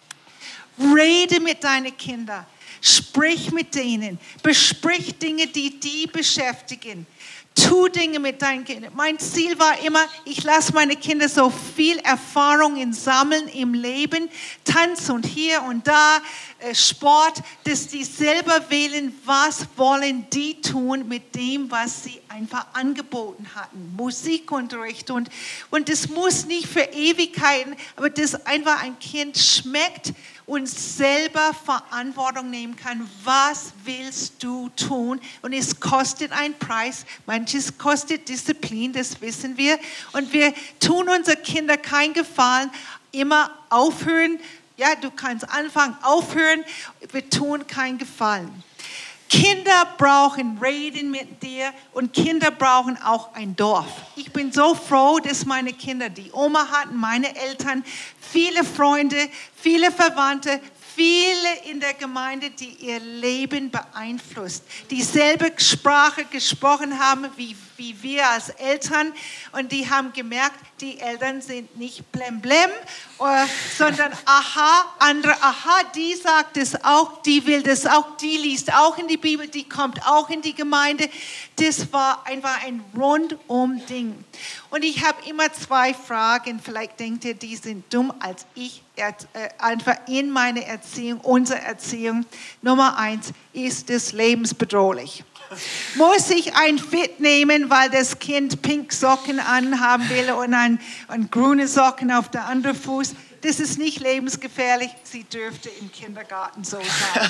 Rede mit deinen Kindern. Sprich mit denen. Besprich Dinge, die die beschäftigen. Tu Dinge mit deinen Kindern. Mein Ziel war immer, ich lasse meine Kinder so viel Erfahrungen sammeln im Leben, Tanz und hier und da, äh, Sport, dass die selber wählen, was wollen die tun mit dem, was sie einfach angeboten hatten. Musikunterricht und, und das muss nicht für Ewigkeiten, aber dass einfach ein Kind schmeckt und selber Verantwortung nehmen kann. Was willst du tun? Und es kostet einen Preis. Manches kostet Disziplin, das wissen wir. Und wir tun unseren Kindern keinen Gefallen. Immer aufhören. Ja, du kannst anfangen, aufhören. Wir tun keinen Gefallen. Kinder brauchen Reden mit dir und Kinder brauchen auch ein Dorf. Ich bin so froh, dass meine Kinder die Oma hatten, meine Eltern, viele Freunde, viele Verwandte, viele in der Gemeinde, die ihr Leben beeinflusst, dieselbe Sprache gesprochen haben wie, wie wir als Eltern und die haben gemerkt, die Eltern sind nicht blem blem, äh, sondern aha, andere, aha, die sagt es auch, die will das auch, die liest auch in die Bibel, die kommt auch in die Gemeinde. Das war einfach ein rundum Ding. Und ich habe immer zwei Fragen, vielleicht denkt ihr, die sind dumm, als ich äh, einfach in meiner Erziehung, unsere Erziehung. Nummer eins, ist es lebensbedrohlich? Muss ich ein Fit nehmen, weil das Kind pink Socken anhaben will und, ein, und grüne Socken auf der anderen Fuß? Das ist nicht lebensgefährlich. Sie dürfte im Kindergarten so sein.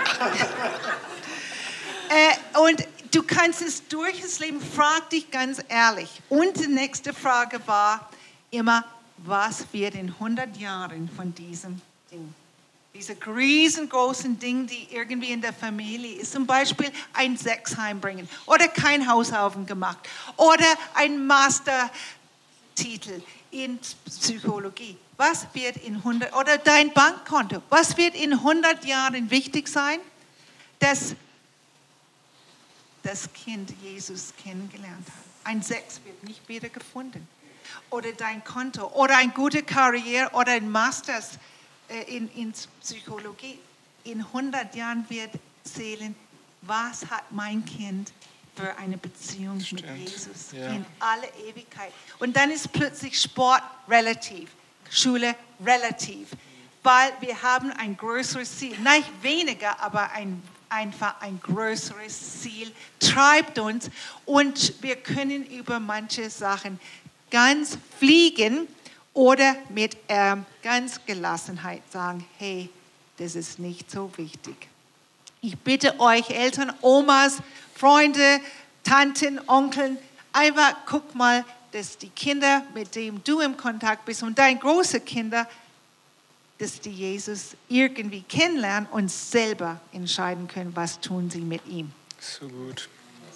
äh, und du kannst es durch das Leben, frag dich ganz ehrlich. Und die nächste Frage war immer, was wird in hundert Jahren von diesem Ding? Diese riesengroßen Dinge, die irgendwie in der Familie ist. Zum Beispiel ein Sexheim bringen oder kein Haushaufen gemacht oder ein Mastertitel in Psychologie. Was wird in hundert, oder dein Bankkonto, was wird in hundert Jahren wichtig sein? Dass das Kind Jesus kennengelernt hat. Ein Sex wird nicht wieder gefunden. Oder dein Konto oder eine gute Karriere oder ein Masters In, in Psychologie. In hundert Jahren wird zählen, was hat mein Kind für eine Beziehung Stimmt. mit Jesus ja. in alle Ewigkeit. Und dann ist plötzlich Sport relativ, Schule relativ, weil wir haben ein größeres Ziel. Nicht weniger, aber ein, einfach ein größeres Ziel treibt uns und wir können über manche Sachen ganz fliegen oder mit ähm, ganz Gelassenheit sagen, hey, das ist nicht so wichtig. Ich bitte euch Eltern, Omas, Freunde, Tanten, Onkeln, einfach guck mal, dass die Kinder, mit denen du im Kontakt bist und deine großen Kinder, dass die Jesus irgendwie kennenlernen und selber entscheiden können, was tun sie mit ihm. So gut.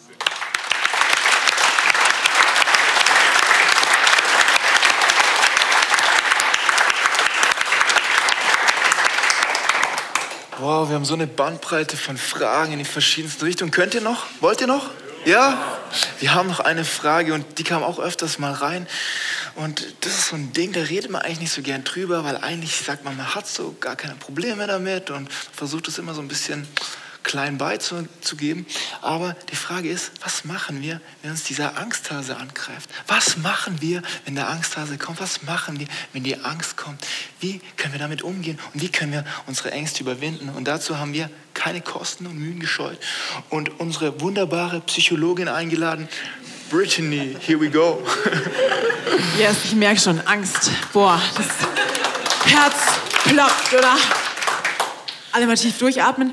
Wow, wir haben so eine Bandbreite von Fragen in die verschiedensten Richtungen. Könnt ihr noch? Wollt ihr noch? Ja? Wir haben noch eine Frage und die kam auch öfters mal rein. Und das ist so ein Ding, da redet man eigentlich nicht so gern drüber, weil eigentlich sagt man, man hat so gar keine Probleme damit und versucht es immer so ein bisschen klein beizugeben. Aber die Frage ist, was machen wir, wenn uns dieser Angsthase angreift? Was machen wir, wenn der Angsthase kommt? Was machen wir, wenn die Angst kommt? Wie können wir damit umgehen? Und wie können wir unsere Ängste überwinden? Und dazu haben wir keine Kosten und Mühen gescheut und unsere wunderbare Psychologin eingeladen, Brittany. Here we go. Yes, ich merke schon, Angst. Boah, das Herz klopft, oder? Alle mal tief durchatmen.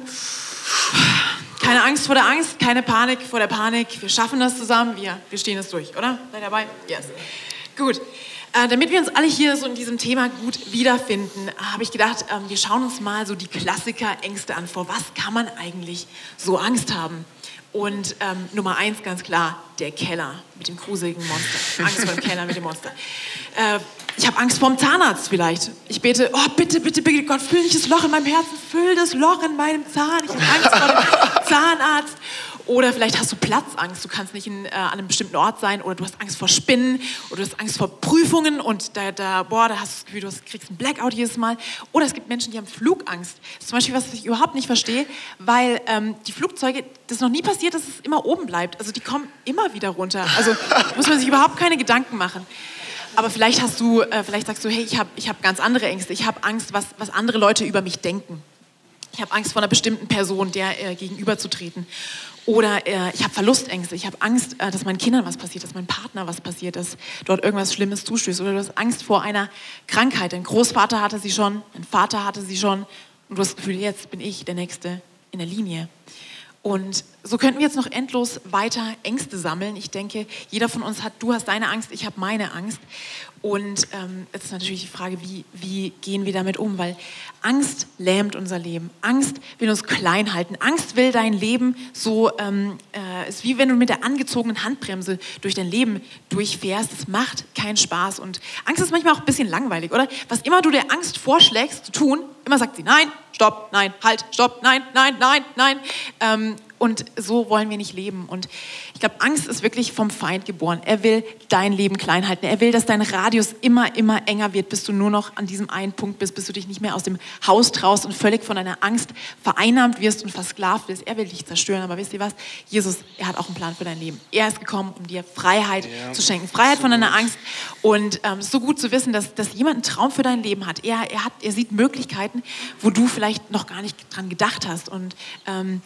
Keine Angst vor der Angst, keine Panik vor der Panik. Wir schaffen das zusammen, wir, wir stehen das durch, oder? Seid ihr dabei? Yes. Gut. Äh, damit wir uns alle hier so in diesem Thema gut wiederfinden, habe ich gedacht, ähm, wir schauen uns mal so die Klassiker-Ängste an. Vor was kann man eigentlich so Angst haben? Und ähm, Nummer eins, ganz klar, der Keller mit dem gruseligen Monster. Angst vor dem Keller mit dem Monster. Äh, ich habe Angst vor dem Zahnarzt vielleicht. Ich bete, oh bitte, bitte, bitte, Gott, füll nicht das Loch in meinem Herzen, füll das Loch in meinem Zahn. Ich habe Angst vor dem Zahnarzt. Oder vielleicht hast du Platzangst, du kannst nicht in, äh, an einem bestimmten Ort sein, oder du hast Angst vor Spinnen, oder du hast Angst vor Prüfungen und da, da, boah, da hast du das Gefühl, du hast, kriegst einen Blackout jedes Mal. Oder es gibt Menschen, die haben Flugangst. Das ist zum Beispiel was, was ich überhaupt nicht verstehe, weil ähm, die Flugzeuge, das ist noch nie passiert, dass es immer oben bleibt. Also die kommen immer wieder runter. Also muss man sich überhaupt keine Gedanken machen. Aber vielleicht hast du, äh, vielleicht sagst du, hey, ich habe ich hab ganz andere Ängste. Ich habe Angst, was, was andere Leute über mich denken. Ich habe Angst vor einer bestimmten Person, der äh, gegenüberzutreten. Oder äh, ich habe Verlustängste. Ich habe Angst, äh, dass meinen Kindern was passiert, dass meinem Partner was passiert, dass dort irgendwas Schlimmes zustößt. Oder du hast Angst vor einer Krankheit. Dein Großvater hatte sie schon, dein Vater hatte sie schon. Und du hast das Gefühl, jetzt bin ich der Nächste in der Linie. Und so könnten wir jetzt noch endlos weiter Ängste sammeln. Ich denke, jeder von uns hat, du hast deine Angst, ich habe meine Angst. Und ähm, jetzt ist natürlich die Frage, wie, wie gehen wir damit um? Weil Angst lähmt unser Leben. Angst will uns klein halten. Angst will dein Leben so, ähm, äh, ist wie wenn du mit der angezogenen Handbremse durch dein Leben durchfährst. Das macht keinen Spaß. Und Angst ist manchmal auch ein bisschen langweilig, oder? Was immer du der Angst vorschlägst zu tun, immer sagt sie nein, stopp, nein, halt, stopp, nein, nein, nein, nein. Ähm, Und so wollen wir nicht leben. Und ich glaube, Angst ist wirklich vom Feind geboren. Er will dein Leben klein halten. Er will, dass dein Radius immer, immer enger wird, bis du nur noch an diesem einen Punkt bist, bis du dich nicht mehr aus dem Haus traust und völlig von deiner Angst vereinnahmt wirst und versklavt wirst. Er will dich zerstören. Aber wisst ihr was? Jesus, er hat auch einen Plan für dein Leben. Er ist gekommen, um dir Freiheit ja. zu schenken. Freiheit von deiner Angst. Und ähm, so gut zu wissen, dass, dass jemand einen Traum für dein Leben hat. Er, er hat. er sieht Möglichkeiten, wo du vielleicht noch gar nicht dran gedacht hast. Und ähm,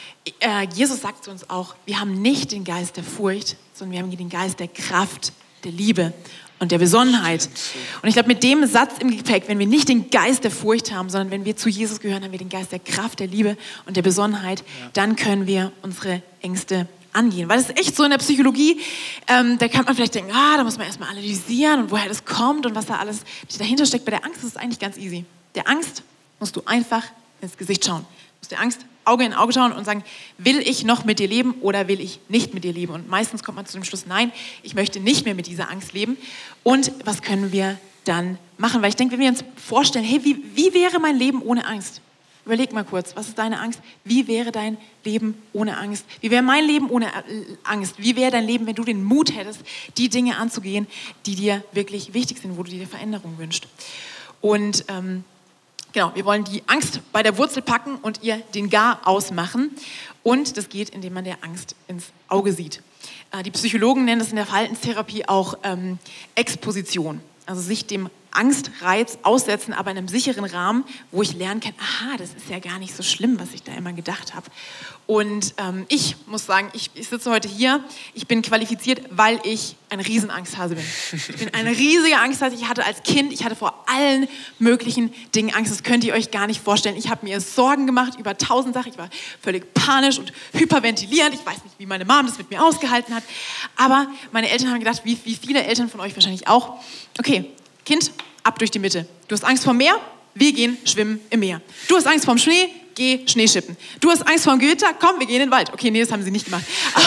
Jesus sagt zu uns auch, wir haben nicht den Geist der Furcht, sondern wir haben den Geist der Kraft, der Liebe und der Besonnenheit. Und ich glaube, mit dem Satz im Gepäck, wenn wir nicht den Geist der Furcht haben, sondern wenn wir zu Jesus gehören, haben wir den Geist der Kraft, der Liebe und der Besonnenheit, ja. dann können wir unsere Ängste angehen. Weil es ist echt so in der Psychologie, ähm, da kann man vielleicht denken, ah, da muss man erstmal analysieren und woher das kommt und was da alles dahinter steckt. Bei der Angst ist es eigentlich ganz easy. Der Angst musst du einfach ins Gesicht schauen. Du musst der Angst Auge in Auge schauen und sagen, will ich noch mit dir leben oder will ich nicht mit dir leben? Und meistens kommt man zu dem Schluss, nein, ich möchte nicht mehr mit dieser Angst leben. Und was können wir dann machen? Weil ich denke, wenn wir uns vorstellen, hey, wie, wie wäre mein Leben ohne Angst? Überleg mal kurz, was ist deine Angst? Wie wäre dein Leben ohne Angst? Wie wäre mein Leben ohne Angst? Wie wäre dein Leben, wenn du den Mut hättest, die Dinge anzugehen, die dir wirklich wichtig sind, wo du dir Veränderung wünschst? Und ähm, Genau, wir wollen die Angst bei der Wurzel packen und ihr den Garaus machen. Und das geht, indem man der Angst ins Auge sieht. Äh, die Psychologen nennen das in der Verhaltenstherapie auch ähm, Exposition. Also sich dem Angstreiz aussetzen, aber in einem sicheren Rahmen, wo ich lernen kann, aha, das ist ja gar nicht so schlimm, was ich da immer gedacht habe. Und ähm, ich muss sagen, ich, ich sitze heute hier, ich bin qualifiziert, weil ich ein Riesenangsthase bin. Ich bin eine riesige Angsthase. Ich hatte als Kind, ich hatte vor allen möglichen Dingen Angst. Das könnt ihr euch gar nicht vorstellen. Ich habe mir Sorgen gemacht über tausend Sachen. Ich war völlig panisch und hyperventilierend. Ich weiß nicht, wie meine Mom das mit mir ausgehalten hat. Aber meine Eltern haben gedacht, wie, wie viele Eltern von euch wahrscheinlich auch, okay, Kind, ab durch die Mitte. Du hast Angst vor dem Meer? Wir gehen schwimmen im Meer. Du hast Angst vor dem Schnee? Geh Schnee schippen. Du hast Angst vor dem Gewitter? Komm, wir gehen in den Wald. Okay, nee, das haben sie nicht gemacht.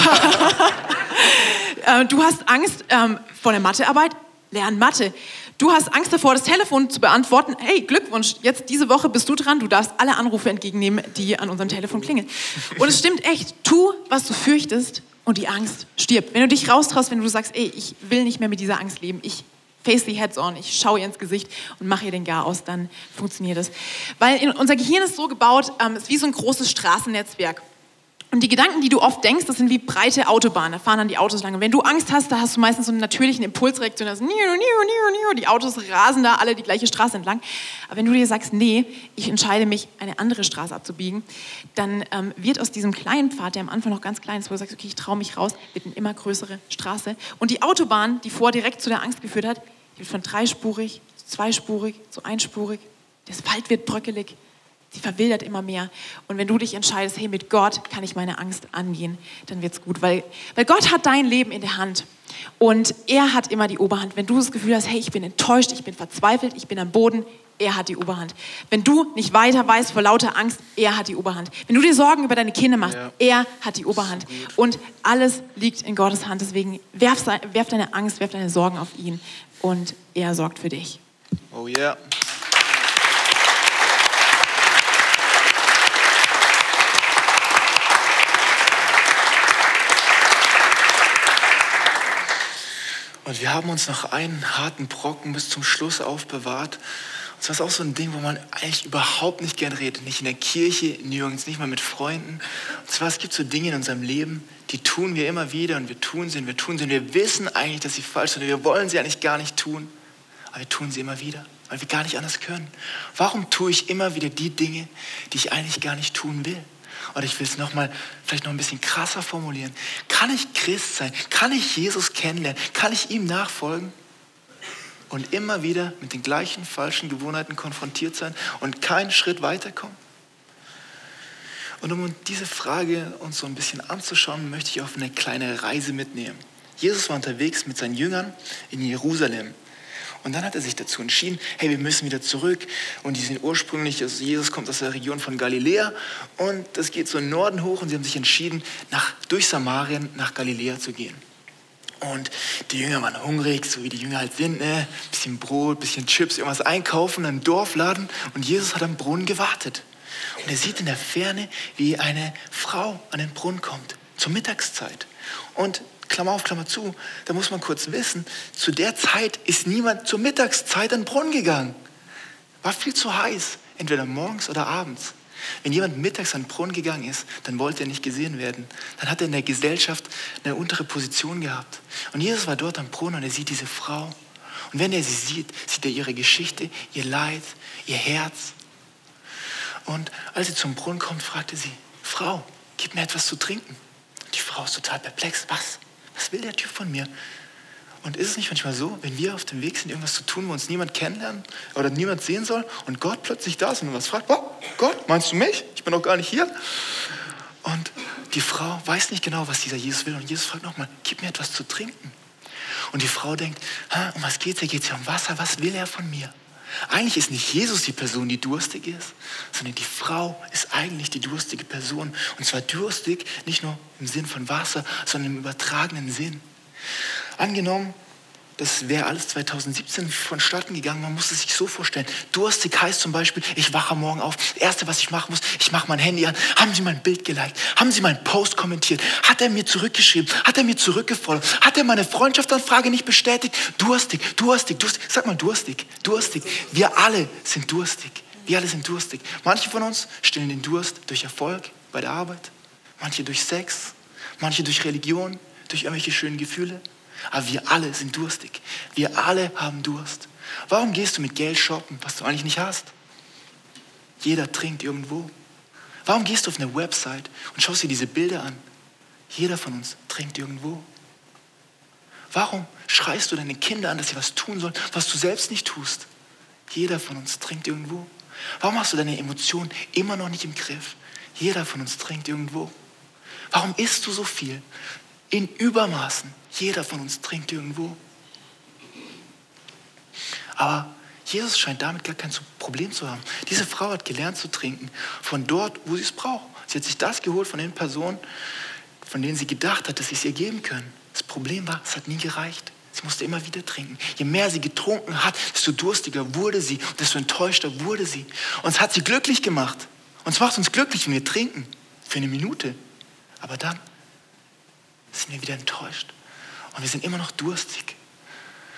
Du hast Angst ähm, vor der Mathearbeit? Lern Mathe. Du hast Angst davor, das Telefon zu beantworten? Hey, Glückwunsch, jetzt diese Woche bist du dran. Du darfst alle Anrufe entgegennehmen, die an unserem Telefon klingeln. Und es stimmt echt. Tu, was du fürchtest und die Angst stirbt. Wenn du dich raustraust, wenn du sagst, ey, ich will nicht mehr mit dieser Angst leben, ich face the heads on, ich schaue ihr ins Gesicht und mache ihr den Garaus, dann funktioniert das. Weil in, unser Gehirn ist so gebaut, ähm, ist wie so ein großes Straßennetzwerk. Und die Gedanken, die du oft denkst, das sind wie breite Autobahnen, da fahren dann die Autos lang. Und wenn du Angst hast, da hast du meistens so einen natürlichen Impulsreaktion, also niu, niu, niu, niu, die Autos rasen da alle die gleiche Straße entlang. Aber wenn du dir sagst, nee, ich entscheide mich, eine andere Straße abzubiegen, dann ähm, wird aus diesem kleinen Pfad, der am Anfang noch ganz klein ist, wo du sagst, okay, ich traue mich raus, wird eine immer größere Straße. Und die Autobahn, die vorher direkt zu der Angst geführt hat, die wird von dreispurig zu zweispurig zu einspurig. Der Asphalt wird bröckelig. Sie verwildert immer mehr. Und wenn du dich entscheidest, hey, mit Gott kann ich meine Angst angehen, dann wird's gut. Weil, weil Gott hat dein Leben in der Hand. Und er hat immer die Oberhand. Wenn du das Gefühl hast, hey, ich bin enttäuscht, ich bin verzweifelt, ich bin am Boden, er hat die Oberhand. Wenn du nicht weiter weißt vor lauter Angst, er hat die Oberhand. Wenn du dir Sorgen über deine Kinder machst, ja. er hat die Oberhand. Und alles liegt in Gottes Hand. Deswegen werf, werf deine Angst, werf deine Sorgen auf ihn. Und er sorgt für dich. Oh yeah. Und wir haben uns noch einen harten Brocken bis zum Schluss aufbewahrt. Und zwar ist auch so ein Ding, wo man eigentlich überhaupt nicht gern redet. Nicht in der Kirche, nirgends, nicht mal mit Freunden. Und zwar, es gibt so Dinge in unserem Leben, die tun wir immer wieder und wir tun sie und wir tun sie. Und wir wissen eigentlich, dass sie falsch sind und wir wollen sie eigentlich gar nicht tun. Aber wir tun sie immer wieder, weil wir gar nicht anders können. Warum tue ich immer wieder die Dinge, die ich eigentlich gar nicht tun will? Oder ich will es noch mal, vielleicht noch ein bisschen krasser formulieren. Kann ich Christ sein? Kann ich Jesus kennenlernen? Kann ich ihm nachfolgen? Und immer wieder mit den gleichen falschen Gewohnheiten konfrontiert sein und keinen Schritt weiterkommen? Und um diese Frage uns so ein bisschen anzuschauen, möchte ich auf eine kleine Reise mitnehmen. Jesus war unterwegs mit seinen Jüngern in Jerusalem. Und dann hat er sich dazu entschieden, hey, wir müssen wieder zurück. Und die sind ursprünglich, also Jesus kommt aus der Region von Galiläa und das geht so im Norden hoch und sie haben sich entschieden, nach, durch Samarien nach Galiläa zu gehen. Und die Jünger waren hungrig, so wie die Jünger halt sind, ne? Bisschen Brot, bisschen Chips, irgendwas einkaufen, einen Dorfladen und Jesus hat am Brunnen gewartet. Und er sieht in der Ferne, wie eine Frau an den Brunnen kommt, zur Mittagszeit. Und Klammer auf, Klammer zu, da muss man kurz wissen, zu der Zeit ist niemand zur Mittagszeit an den Brunnen gegangen. War viel zu heiß, entweder morgens oder abends. Wenn jemand mittags an den Brunnen gegangen ist, dann wollte er nicht gesehen werden. Dann hat er in der Gesellschaft eine untere Position gehabt. Und Jesus war dort am Brunnen und er sieht diese Frau. Und wenn er sie sieht, sieht er ihre Geschichte, ihr Leid, ihr Herz. Und als sie zum Brunnen kommt, fragte sie, Frau, gib mir etwas zu trinken. Und die Frau ist total perplex. Was? Was will der Typ von mir? Und ist es nicht manchmal so, wenn wir auf dem Weg sind, irgendwas zu tun, wo uns niemand kennenlernen oder niemand sehen soll und Gott plötzlich da ist und was fragt, oh, Gott, meinst du mich? Ich bin doch gar nicht hier. Und die Frau weiß nicht genau, was dieser Jesus will und Jesus fragt nochmal, gib mir etwas zu trinken. Und die Frau denkt, um was geht es? Hier geht es ja um Wasser, was will er von mir? Eigentlich ist nicht Jesus die Person, die durstig ist, sondern die Frau ist eigentlich die durstige Person. Und zwar durstig, nicht nur im Sinn von Wasser, sondern im übertragenen Sinn. Angenommen, das wäre alles zwanzig siebzehn vonstatten gegangen, man muss es sich so vorstellen. Durstig heißt zum Beispiel, ich wache morgen auf, das Erste, was ich machen muss, ich mache mein Handy an, haben Sie mein Bild geliked, haben Sie meinen Post kommentiert, hat er mir zurückgeschrieben, hat er mir zurückgefolgt, hat er meine Freundschaftsanfrage nicht bestätigt, durstig, durstig, durstig, sag mal durstig, durstig. Wir alle sind durstig, wir alle sind durstig. Manche von uns stillen den Durst durch Erfolg bei der Arbeit, manche durch Sex, manche durch Religion, durch irgendwelche schönen Gefühle. Aber wir alle sind durstig. Wir alle haben Durst. Warum gehst du mit Geld shoppen, was du eigentlich nicht hast? Jeder trinkt irgendwo. Warum gehst du auf eine Website und schaust dir diese Bilder an? Jeder von uns trinkt irgendwo. Warum schreist du deine Kinder an, dass sie was tun sollen, was du selbst nicht tust? Jeder von uns trinkt irgendwo. Warum hast du deine Emotionen immer noch nicht im Griff? Jeder von uns trinkt irgendwo. Warum isst du so viel? In Übermaßen. Jeder von uns trinkt irgendwo. Aber Jesus scheint damit gar kein Problem zu haben. Diese Frau hat gelernt zu trinken von dort, wo sie es braucht. Sie hat sich das geholt von den Personen, von denen sie gedacht hat, dass sie es ihr geben können. Das Problem war, es hat nie gereicht. Sie musste immer wieder trinken. Je mehr sie getrunken hat, desto durstiger wurde sie, desto enttäuschter wurde sie. Und es hat sie glücklich gemacht. Und es macht uns glücklich, wenn wir trinken. Für eine Minute. Aber dann sind wir wieder enttäuscht. Und wir sind immer noch durstig.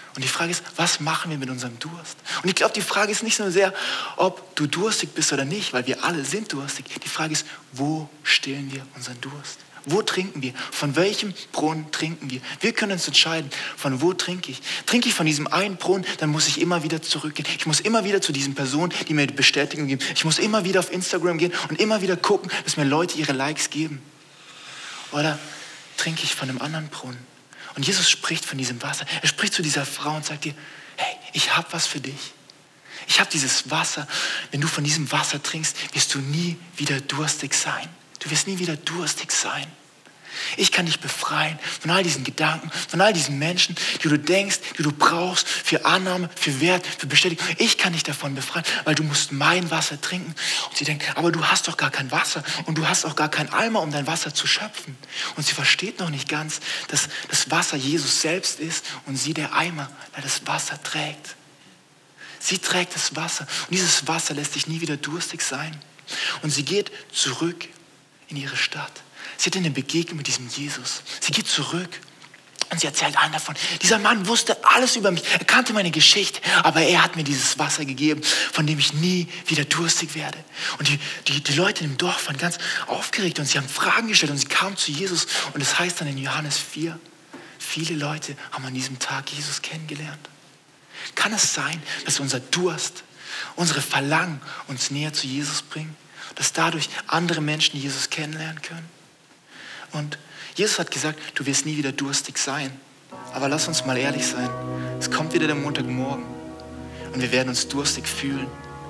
Und die Frage ist, was machen wir mit unserem Durst? Und ich glaube, die Frage ist nicht so sehr, ob du durstig bist oder nicht, weil wir alle sind durstig. Die Frage ist, wo stillen wir unseren Durst? Wo trinken wir? Von welchem Brunnen trinken wir? Wir können uns entscheiden, von wo trinke ich. Trinke ich von diesem einen Brunnen, dann muss ich immer wieder zurückgehen. Ich muss immer wieder zu diesen Personen, die mir die Bestätigung geben. Ich muss immer wieder auf Instagram gehen und immer wieder gucken, dass mir Leute ihre Likes geben. Oder trinke ich von einem anderen Brunnen? Und Jesus spricht von diesem Wasser. Er spricht zu dieser Frau und sagt ihr, hey, ich habe was für dich. Ich habe dieses Wasser. Wenn du von diesem Wasser trinkst, wirst du nie wieder durstig sein. Du wirst nie wieder durstig sein. Ich kann dich befreien von all diesen Gedanken, von all diesen Menschen, die du denkst, die du brauchst für Annahme, für Wert, für Bestätigung. Ich kann dich davon befreien, weil du musst mein Wasser trinken. Und sie denkt, aber du hast doch gar kein Wasser und du hast auch gar keinen Eimer, um dein Wasser zu schöpfen. Und sie versteht noch nicht ganz, dass das Wasser Jesus selbst ist und sie der Eimer, der das Wasser trägt. Sie trägt das Wasser und dieses Wasser lässt dich nie wieder durstig sein. Und sie geht zurück in ihre Stadt. Sie hat eine Begegnung mit diesem Jesus. Sie geht zurück und sie erzählt allen davon. Dieser Mann wusste alles über mich. Er kannte meine Geschichte, aber er hat mir dieses Wasser gegeben, von dem ich nie wieder durstig werde. Und die, die, die Leute im Dorf waren ganz aufgeregt und sie haben Fragen gestellt und sie kamen zu Jesus. Und es heißt dann in Johannes vier, viele Leute haben an diesem Tag Jesus kennengelernt. Kann es sein, dass unser Durst, unsere Verlangen uns näher zu Jesus bringen? Dass dadurch andere Menschen Jesus kennenlernen können. Und Jesus hat gesagt, du wirst nie wieder durstig sein. Aber lass uns mal ehrlich sein. Es kommt wieder der Montagmorgen und wir werden uns durstig fühlen.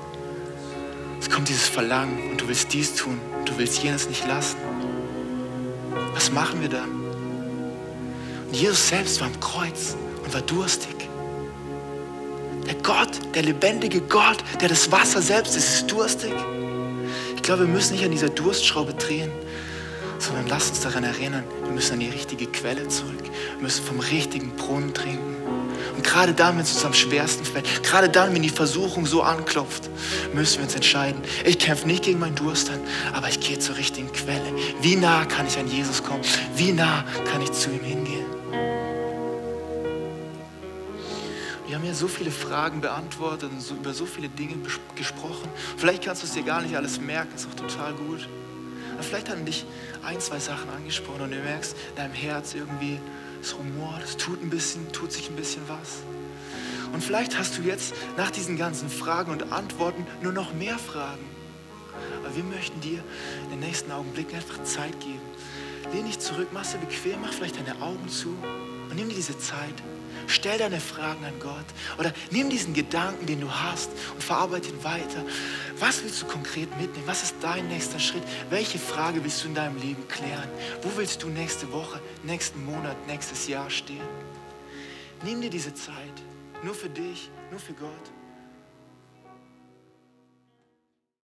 Es kommt dieses Verlangen und du willst dies tun, du willst jenes nicht lassen. Was machen wir dann? Und Jesus selbst war am Kreuz und war durstig. Der Gott, der lebendige Gott, der das Wasser selbst ist, ist durstig. Ich glaube, wir müssen nicht an dieser Durstschraube drehen, sondern lasst uns daran erinnern, wir müssen an die richtige Quelle zurück. Wir müssen vom richtigen Brunnen trinken. Und gerade dann, wenn es uns am schwersten fällt, gerade dann, wenn die Versuchung so anklopft, müssen wir uns entscheiden. Ich kämpfe nicht gegen meinen Durst an, aber ich gehe zur richtigen Quelle. Wie nah kann ich an Jesus kommen? Wie nah kann ich zu ihm hingehen? Wir haben ja so viele Fragen beantwortet und so, über so viele Dinge gesprochen. Vielleicht kannst du es dir gar nicht alles merken, ist auch total gut. Aber vielleicht haben dich ein, zwei Sachen angesprochen und du merkst, in deinem Herz irgendwie, es rumort, es tut ein bisschen, tut sich ein bisschen was. Und vielleicht hast du jetzt nach diesen ganzen Fragen und Antworten nur noch mehr Fragen. Aber wir möchten dir in den nächsten Augenblicken einfach Zeit geben. Lehn dich zurück, mach es dir bequem, mach vielleicht deine Augen zu und nimm dir diese Zeit. Stell deine Fragen an Gott oder nimm diesen Gedanken, den du hast und verarbeite ihn weiter. Was willst du konkret mitnehmen? Was ist dein nächster Schritt? Welche Frage willst du in deinem Leben klären? Wo willst du nächste Woche, nächsten Monat, nächstes Jahr stehen? Nimm dir diese Zeit, nur für dich, nur für Gott.